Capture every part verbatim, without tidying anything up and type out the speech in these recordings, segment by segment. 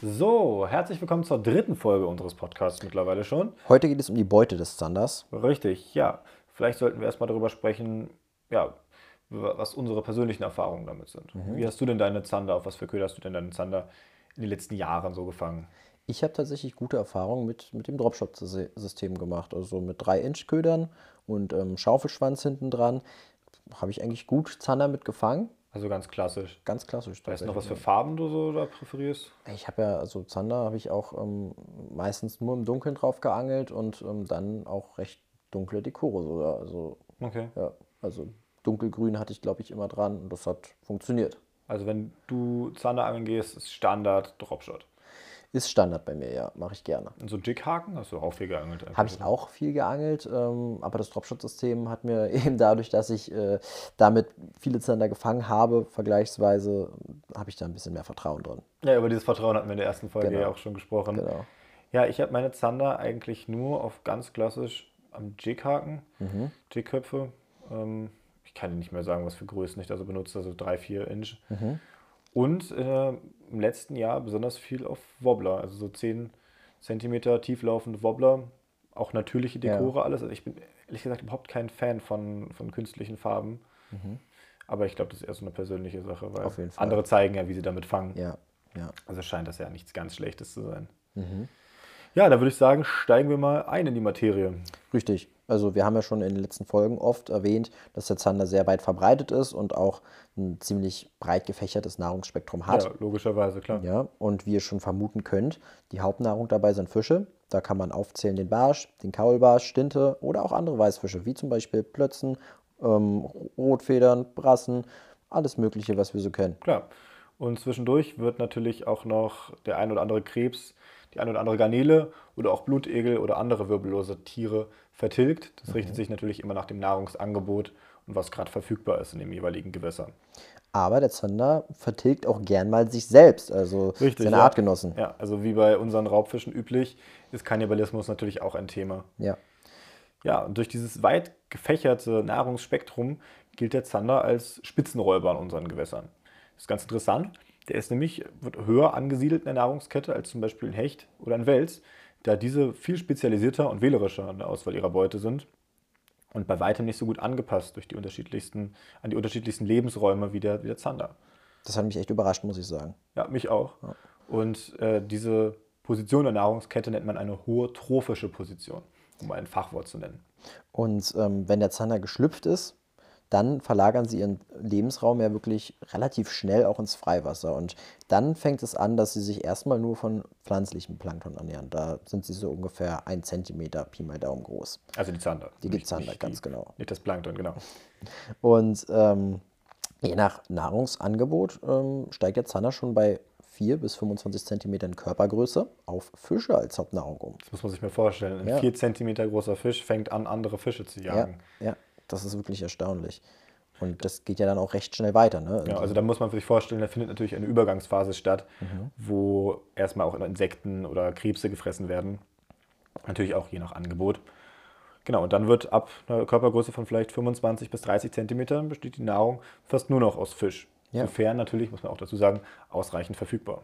So, herzlich willkommen zur dritten Folge unseres Podcasts mittlerweile schon. Heute geht es um die Beute des Zanders. Richtig, ja. Vielleicht sollten wir erstmal darüber sprechen, ja, was unsere persönlichen Erfahrungen damit sind. Mhm. Wie hast du denn deine Zander, auf was für Köder hast du denn deine Zander in den letzten Jahren so gefangen? Ich habe tatsächlich gute Erfahrungen mit, mit dem Dropshot-System gemacht. Also mit drei Inch Ködern und ähm, Schaufelschwanz hinten dran. Habe ich eigentlich gut Zander mit gefangen. Also ganz klassisch. Ganz klassisch. Weißt du noch, was für tatsächlich, Farben du so da präferierst? ja. Ich habe ja, also Zander habe ich auch ähm, meistens nur im Dunkeln drauf geangelt und ähm, dann auch recht dunkle Dekore sogar. Also, Okay. ja, also dunkelgrün hatte ich, glaube ich, immer dran und das hat funktioniert. Also wenn du Zander angeln gehst, ist Standard Dropshot. Ist Standard bei mir, ja, mache ich gerne. Und so Jighaken hast du auch viel geangelt eigentlich, Habe ich oder? auch viel geangelt, ähm, aber das Dropshot-System hat mir eben dadurch, dass ich äh, damit viele Zander gefangen habe, vergleichsweise, habe ich da ein bisschen mehr Vertrauen drin. Ja, über dieses Vertrauen hatten wir in der ersten Folge ja Genau, auch schon gesprochen. genau. Ja, ich habe meine Zander eigentlich nur auf ganz klassisch am Jighaken, Mhm, Jigköpfe. Ähm, ich kann nicht mehr sagen, was für Größen ich da so benutze, also drei, vier Inch. mhm. Und äh, im letzten Jahr besonders viel auf Wobbler, also so zehn Zentimeter tieflaufende Wobbler, auch natürliche Ja, Dekore, alles. Also ich bin ehrlich gesagt überhaupt kein Fan von, von künstlichen Farben, mhm. aber ich glaube, das ist eher so eine persönliche Sache, weil Auf jeden Fall. andere zeigen ja, wie sie damit fangen. Ja, ja. Also scheint das ja nichts ganz Schlechtes zu sein. Mhm. Ja, da würde ich sagen, steigen wir mal ein in die Materie. Richtig. Also wir haben ja schon in den letzten Folgen oft erwähnt, dass der Zander sehr weit verbreitet ist und auch ein ziemlich breit gefächertes Nahrungsspektrum Ja, hat. logischerweise, klar. Ja, und wie ihr schon vermuten könnt, die Hauptnahrung dabei sind Fische. Da kann man aufzählen den Barsch, den Kaulbarsch, Stinte oder auch andere Weißfische, wie zum Beispiel Plötzen, ähm, Rotfedern, Brassen, alles Mögliche, was wir so kennen. Klar. Und zwischendurch wird natürlich auch noch der ein oder andere Krebs, die ein oder andere Garnele oder auch Blutegel oder andere wirbellose Tiere vertilgt. Das richtet sich natürlich immer nach dem Nahrungsangebot und was gerade verfügbar ist in dem jeweiligen Gewässer. Aber der Zander vertilgt auch gern mal sich selbst, also Richtig, seine ja. Artgenossen. Ja, also wie bei unseren Raubfischen üblich, ist Kannibalismus natürlich auch ein Thema. Ja, Ja, und durch dieses weit gefächerte Nahrungsspektrum gilt der Zander als Spitzenräuber in unseren Gewässern. Das ist ganz interessant. Der ist nämlich, wird höher angesiedelt in der Nahrungskette als zum Beispiel ein Hecht oder ein Wels, da diese viel spezialisierter und wählerischer in der Auswahl ihrer Beute sind und bei weitem nicht so gut angepasst durch die unterschiedlichsten, an die unterschiedlichsten Lebensräume wie der, wie der Zander. das hat mich echt überrascht, muss ich sagen. Ja, mich auch. Und äh, diese Position der Nahrungskette nennt man eine hohe trophische Position, um ein Fachwort zu nennen. Und ähm, wenn der Zander geschlüpft ist, dann verlagern sie ihren Lebensraum ja wirklich relativ schnell auch ins Freiwasser. Und dann fängt es an, dass sie sich erstmal nur von pflanzlichem Plankton ernähren. Da sind sie so ungefähr ein Zentimeter Pi mal Daumen groß. Also die Zander. Die nicht, Zander, nicht, ganz die, genau. nicht das Plankton, genau. Und ähm, je nach Nahrungsangebot ähm, steigt der Zander schon bei vier bis fünfundzwanzig Zentimetern Körpergröße auf Fische als Hauptnahrung um. Das muss man sich mal vorstellen. Ein Ja. vier Zentimeter großer Fisch fängt an, andere Fische zu Ja, jagen. ja, das ist wirklich erstaunlich. Und das geht ja dann auch recht schnell weiter, ne? Ja, Also, also da muss man sich vorstellen, da findet natürlich eine Übergangsphase statt, mhm. wo erstmal auch Insekten oder Krebse gefressen werden. Natürlich auch je nach Angebot. Genau, und dann wird ab einer Körpergröße von vielleicht fünfundzwanzig bis dreißig Zentimetern besteht die Nahrung fast nur noch aus Fisch. Ja. Sofern natürlich, muss man auch dazu sagen, ausreichend verfügbar.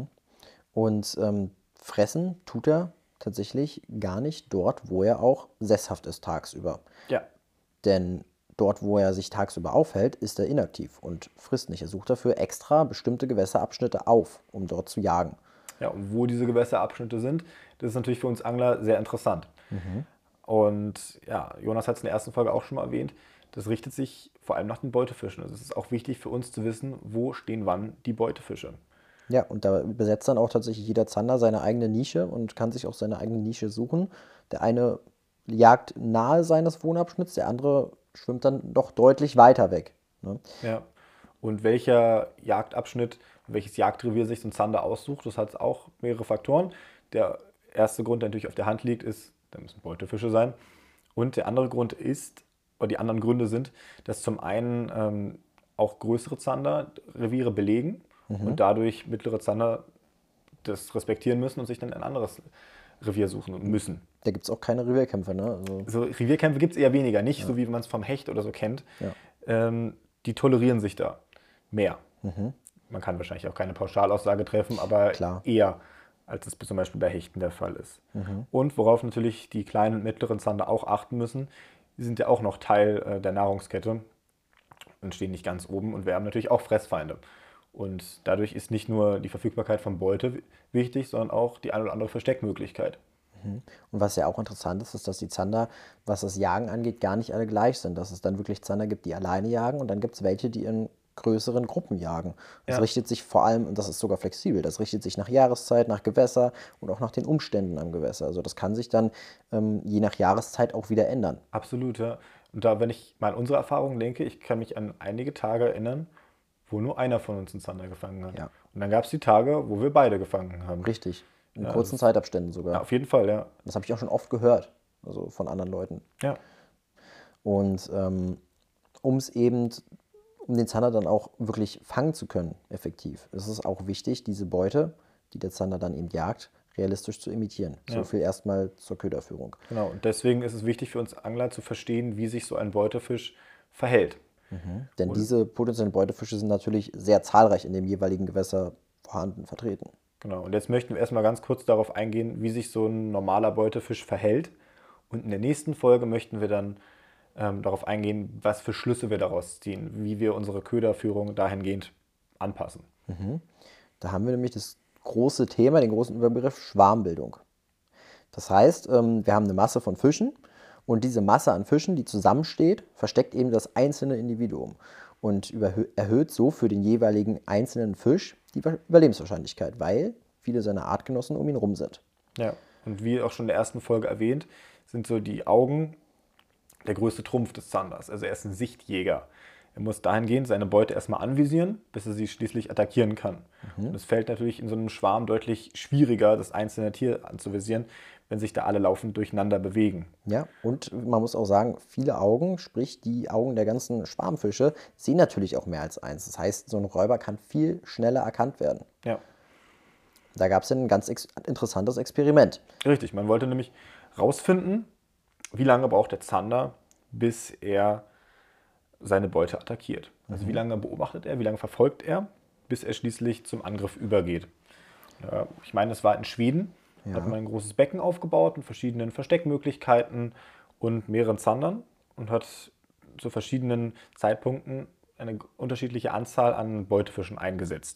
Und ähm, fressen tut er tatsächlich gar nicht dort, wo er auch sesshaft ist tagsüber. Ja, Denn dort, wo er sich tagsüber aufhält, ist er inaktiv und frisst nicht. Er sucht dafür extra bestimmte Gewässerabschnitte auf, um dort zu jagen. Ja, und wo diese Gewässerabschnitte sind, das ist natürlich für uns Angler sehr interessant. Und ja, Jonas hat es in der ersten Folge auch schon mal erwähnt, das richtet sich vor allem nach den Beutefischen. Also es ist auch wichtig für uns zu wissen, wo stehen wann die Beutefische. Ja, und da besetzt dann auch tatsächlich jeder Zander seine eigene Nische und kann sich auch seine eigene Nische suchen. Der eine jagt nahe seines Wohnabschnitts, der andere schwimmt dann doch deutlich weiter weg. Ne? Ja. Und welcher Jagdabschnitt, welches Jagdrevier sich so ein Zander aussucht, das hat auch mehrere Faktoren. Der erste Grund, der natürlich auf der Hand liegt, ist, da müssen Beutefische sein. Und der andere Grund ist, oder die anderen Gründe sind, dass zum einen ähm, auch größere Zander Reviere belegen und dadurch mittlere Zander das respektieren müssen und sich dann ein anderes Revier suchen müssen. Da gibt es auch keine Revierkämpfe, ne? Also, So Revierkämpfe gibt es eher weniger, nicht so wie man es vom Hecht oder so kennt. ja. Ähm, die tolerieren sich da mehr. man kann wahrscheinlich auch keine Pauschalaussage treffen, aber Klar. eher, als es zum Beispiel bei Hechten der Fall ist. Und worauf natürlich die kleinen und mittleren Zander auch achten müssen, die sind ja auch noch Teil äh, der Nahrungskette und stehen nicht ganz oben und wir haben natürlich auch Fressfeinde. Und dadurch ist nicht nur die Verfügbarkeit von Beute wi- wichtig, sondern auch die ein oder andere Versteckmöglichkeit. Und was ja auch interessant ist, ist, dass die Zander, was das Jagen angeht, gar nicht alle gleich sind. Dass es dann wirklich Zander gibt, die alleine jagen und dann gibt es welche, die in größeren Gruppen jagen. Das Ja. richtet sich vor allem, und das ist sogar flexibel, das richtet sich nach Jahreszeit, nach Gewässer und auch nach den Umständen am Gewässer. Also das kann sich dann ähm, je nach Jahreszeit auch wieder ändern. Absolut, ja. Und da, wenn ich mal an unsere Erfahrungen denke, ich kann mich an einige Tage erinnern, wo nur einer von uns einen Zander gefangen hat. Ja. Und dann gab es die Tage, wo wir beide gefangen haben. Richtig. In Ja, kurzen das- Zeitabständen sogar. Ja, auf jeden Fall, ja. Das habe ich auch schon oft gehört, also von anderen Leuten. Ja, Und ähm, um es eben, um den Zander dann auch wirklich fangen zu können, effektiv, ist es auch wichtig, diese Beute, die der Zander dann eben jagt, realistisch zu imitieren. So Ja. viel erstmal zur Köderführung. genau. Und deswegen ist es wichtig für uns Angler zu verstehen, wie sich so ein Beutefisch verhält. Denn diese potenziellen Beutefische sind natürlich sehr zahlreich in dem jeweiligen Gewässer vorhanden, vertreten. Genau. Und jetzt möchten wir erstmal ganz kurz darauf eingehen, wie sich so ein normaler Beutefisch verhält. Und in der nächsten Folge möchten wir dann ähm, darauf eingehen, was für Schlüsse wir daraus ziehen, wie wir unsere Köderführung dahingehend anpassen. Da haben wir nämlich das große Thema, den großen Überbegriff Schwarmbildung. Das heißt, ähm, wir haben eine Masse von Fischen und diese Masse an Fischen, die zusammensteht, versteckt eben das einzelne Individuum und überhö- erhöht so für den jeweiligen einzelnen Fisch die Über- Überlebenswahrscheinlichkeit, weil viele seiner Artgenossen um ihn rum sind. Ja, und wie auch schon in der ersten Folge erwähnt, sind so die Augen der größte Trumpf des Zanders. Also er ist ein Sichtjäger. Er muss dahingehend seine Beute erstmal anvisieren, bis er sie schließlich attackieren kann. Und es fällt natürlich in so einem Schwarm deutlich schwieriger, das einzelne Tier anzuvisieren, wenn sich da alle laufend durcheinander bewegen. Ja, und man muss auch sagen, viele Augen, sprich die Augen der ganzen Schwarmfische, sehen natürlich auch mehr als eins. Das heißt, so ein Räuber kann viel schneller erkannt werden. Ja, Da gab es ein ganz ex interessantes Experiment. richtig. Man wollte nämlich rausfinden, wie lange braucht der Zander, bis er seine Beute attackiert. Also wie lange beobachtet er, wie lange verfolgt er, bis er schließlich zum Angriff übergeht. Ja, ich meine, es war in Schweden, Ja. hat man ein großes Becken aufgebaut mit verschiedenen Versteckmöglichkeiten und mehreren Zandern und hat zu verschiedenen Zeitpunkten eine unterschiedliche Anzahl an Beutefischen eingesetzt.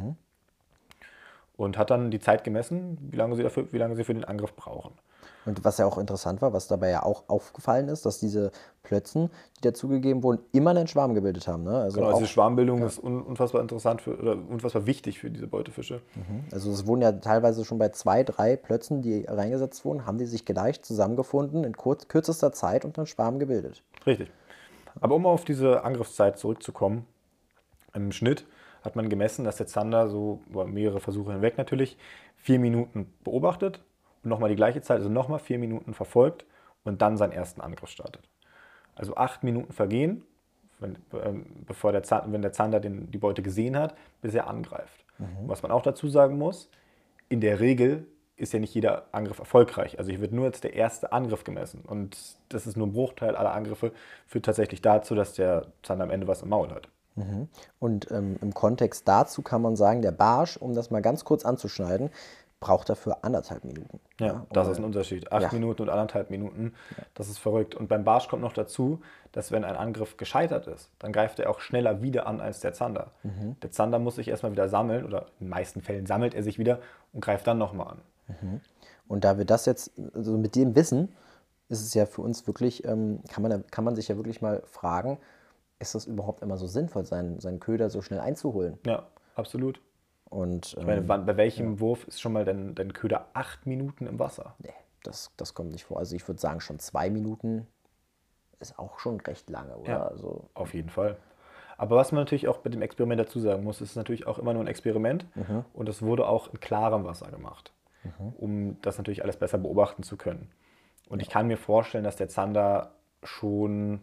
Und hat dann die Zeit gemessen, wie lange sie, dafür, wie lange sie für den Angriff brauchen. Und was ja auch interessant war, was dabei ja auch aufgefallen ist, dass diese Plötzen, die dazugegeben wurden, immer einen Schwarm gebildet haben. Ne? Also, Genau, auch, diese Schwarmbildung ist un unfassbar interessant für, oder unfassbar wichtig für diese Beutefische. also es wurden ja teilweise schon bei zwei, drei Plötzen, die reingesetzt wurden, haben die sich gleich zusammengefunden in kurz, kürzester Zeit und einen Schwarm gebildet. Richtig. Aber um auf diese Angriffszeit zurückzukommen, im Schnitt hat man gemessen, dass der Zander so über mehrere Versuche hinweg natürlich vier Minuten beobachtet und nochmal die gleiche Zeit, also nochmal vier Minuten verfolgt und dann seinen ersten Angriff startet. Also acht Minuten vergehen, wenn, ähm, bevor der Zander, wenn der Zander den, die Beute gesehen hat, bis er angreift. Und was man auch dazu sagen muss, in der Regel ist ja nicht jeder Angriff erfolgreich. Also hier wird nur jetzt der erste Angriff gemessen. Und das ist nur ein Bruchteil aller Angriffe, führt tatsächlich dazu, dass der Zander am Ende was im Maul hat. Und ähm, im Kontext dazu kann man sagen, der Barsch, um das mal ganz kurz anzuschneiden, braucht dafür anderthalb Minuten. Ja, das ist ein Unterschied. Acht Ja. Minuten und anderthalb Minuten, das ist verrückt. Und beim Barsch kommt noch dazu, dass wenn ein Angriff gescheitert ist, dann greift er auch schneller wieder an als der Zander. Der Zander muss sich erstmal wieder sammeln oder in den meisten Fällen sammelt er sich wieder und greift dann nochmal an. Und da wir das jetzt, also mit dem Wissen, ist es ja für uns wirklich, ähm, kann man, kann man sich ja wirklich mal fragen, ist das überhaupt immer so sinnvoll, seinen, seinen Köder so schnell einzuholen? Ja, absolut. Und Ich meine, ähm, wann- bei welchem Wurf ist schon mal dein, dein Köder acht Minuten im Wasser? nee, das, das kommt nicht vor. Also ich würde sagen, schon zwei Minuten ist auch schon recht lange, oder? Ja. Also, Auf jeden Fall. Aber was man natürlich auch mit dem Experiment dazu sagen muss, ist natürlich auch immer nur ein Experiment und es wurde auch in klarem Wasser gemacht, um das natürlich alles besser beobachten zu können. Und ich kann mir vorstellen, dass der Zander schon,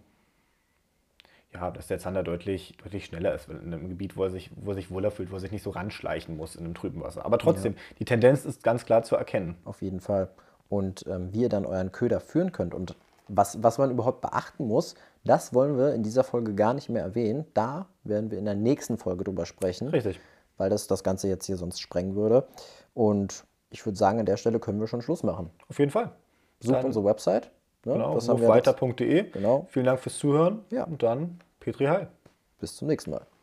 ja, dass der Zander deutlich, deutlich schneller ist in einem Gebiet, wo er sich, wo er sich wohler fühlt, wo er sich nicht so ranschleichen muss in einem trüben Wasser. Aber trotzdem, die Tendenz ist ganz klar zu erkennen. auf jeden Fall. Und ähm, wie ihr dann euren Köder führen könnt und was, was man überhaupt beachten muss, das wollen wir in dieser Folge gar nicht mehr erwähnen. Da werden wir in der nächsten Folge drüber sprechen. Richtig. weil das das Ganze jetzt hier sonst sprengen würde. Und ich würde sagen, an der Stelle können wir schon Schluss machen. Auf jeden Fall. Besucht Dann, unsere Website. Ne? genau, Das haben wir jetzt. wurfweiter punkt de. Genau. Vielen Dank fürs Zuhören. Ja. Und dann Petri Heil. Bis zum nächsten Mal.